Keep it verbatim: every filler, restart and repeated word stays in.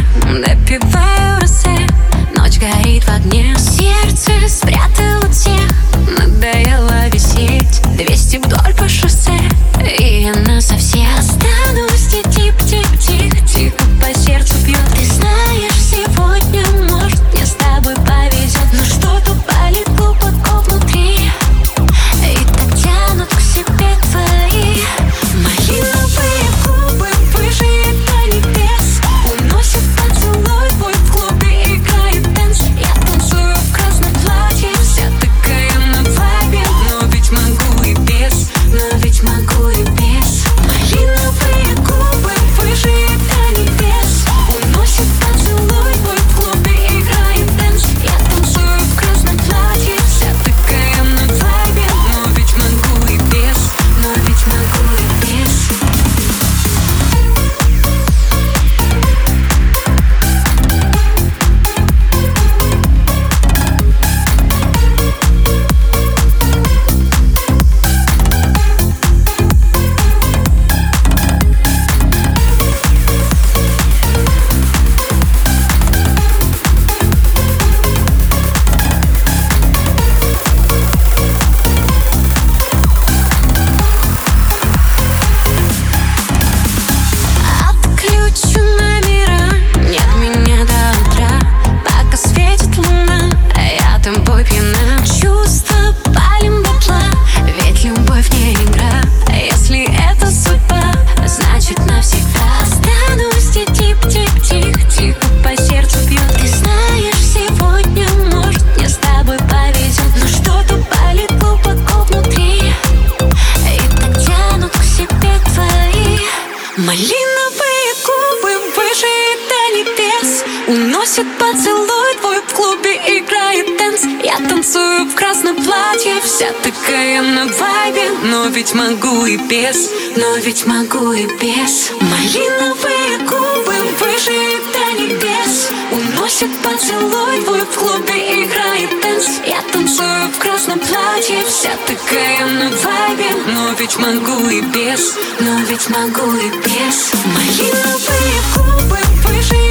допиваю росе. Ночь горит в огне, сердце спрятало тех. Надоело висеть двести вдоль по шоссе, и я насовсем останусь. Тихо-тихо-тихо, тихо по сердцу бьет. Ты знаешь, сегодня, может, мне с тобой повезет, но что-то болит глубоко внутри, и так тянут к себе твои малиновые губы. Выше до небес уносит поцелуй твой. В клубе играет дэнс, я танцую в красном платье, вся такая на вайбе. Но ведь могу и без, но ведь могу и без. Малиновые губы выше до небес уносит поцелуй твой. В клубе играет дэнс, я танцую в красном платье, вся такая на вайбе. Но ведь могу и без, но ведь могу и без. Отключу номера, нет меня до утра, пока светит луна, а я тобой пьяна. Чувства палим дотла, ведь любовь не игра. Если это судьба, значит навсегда останусь. Тихо-тихо-тихо, тихо по сердцу бьет. Ты знаешь, сегодня, может, мне с тобой повезет, но что-то болит глубоко внутри, и так тянут к себе твои малиновые губы. Выше до небес уносит поцелуй твой. В клубе играет дэнс, я танцую в красном платье, вся такая на вайбе. Но ведь могу и без, но ведь могу и без. Малиновые губы выше до небес уносит поцелуй твой. В клубе играет дэнс, я танцую в красном платье, вся такая на вайбе. Но ведь могу и без, но ведь могу и без. Малиновые губы выше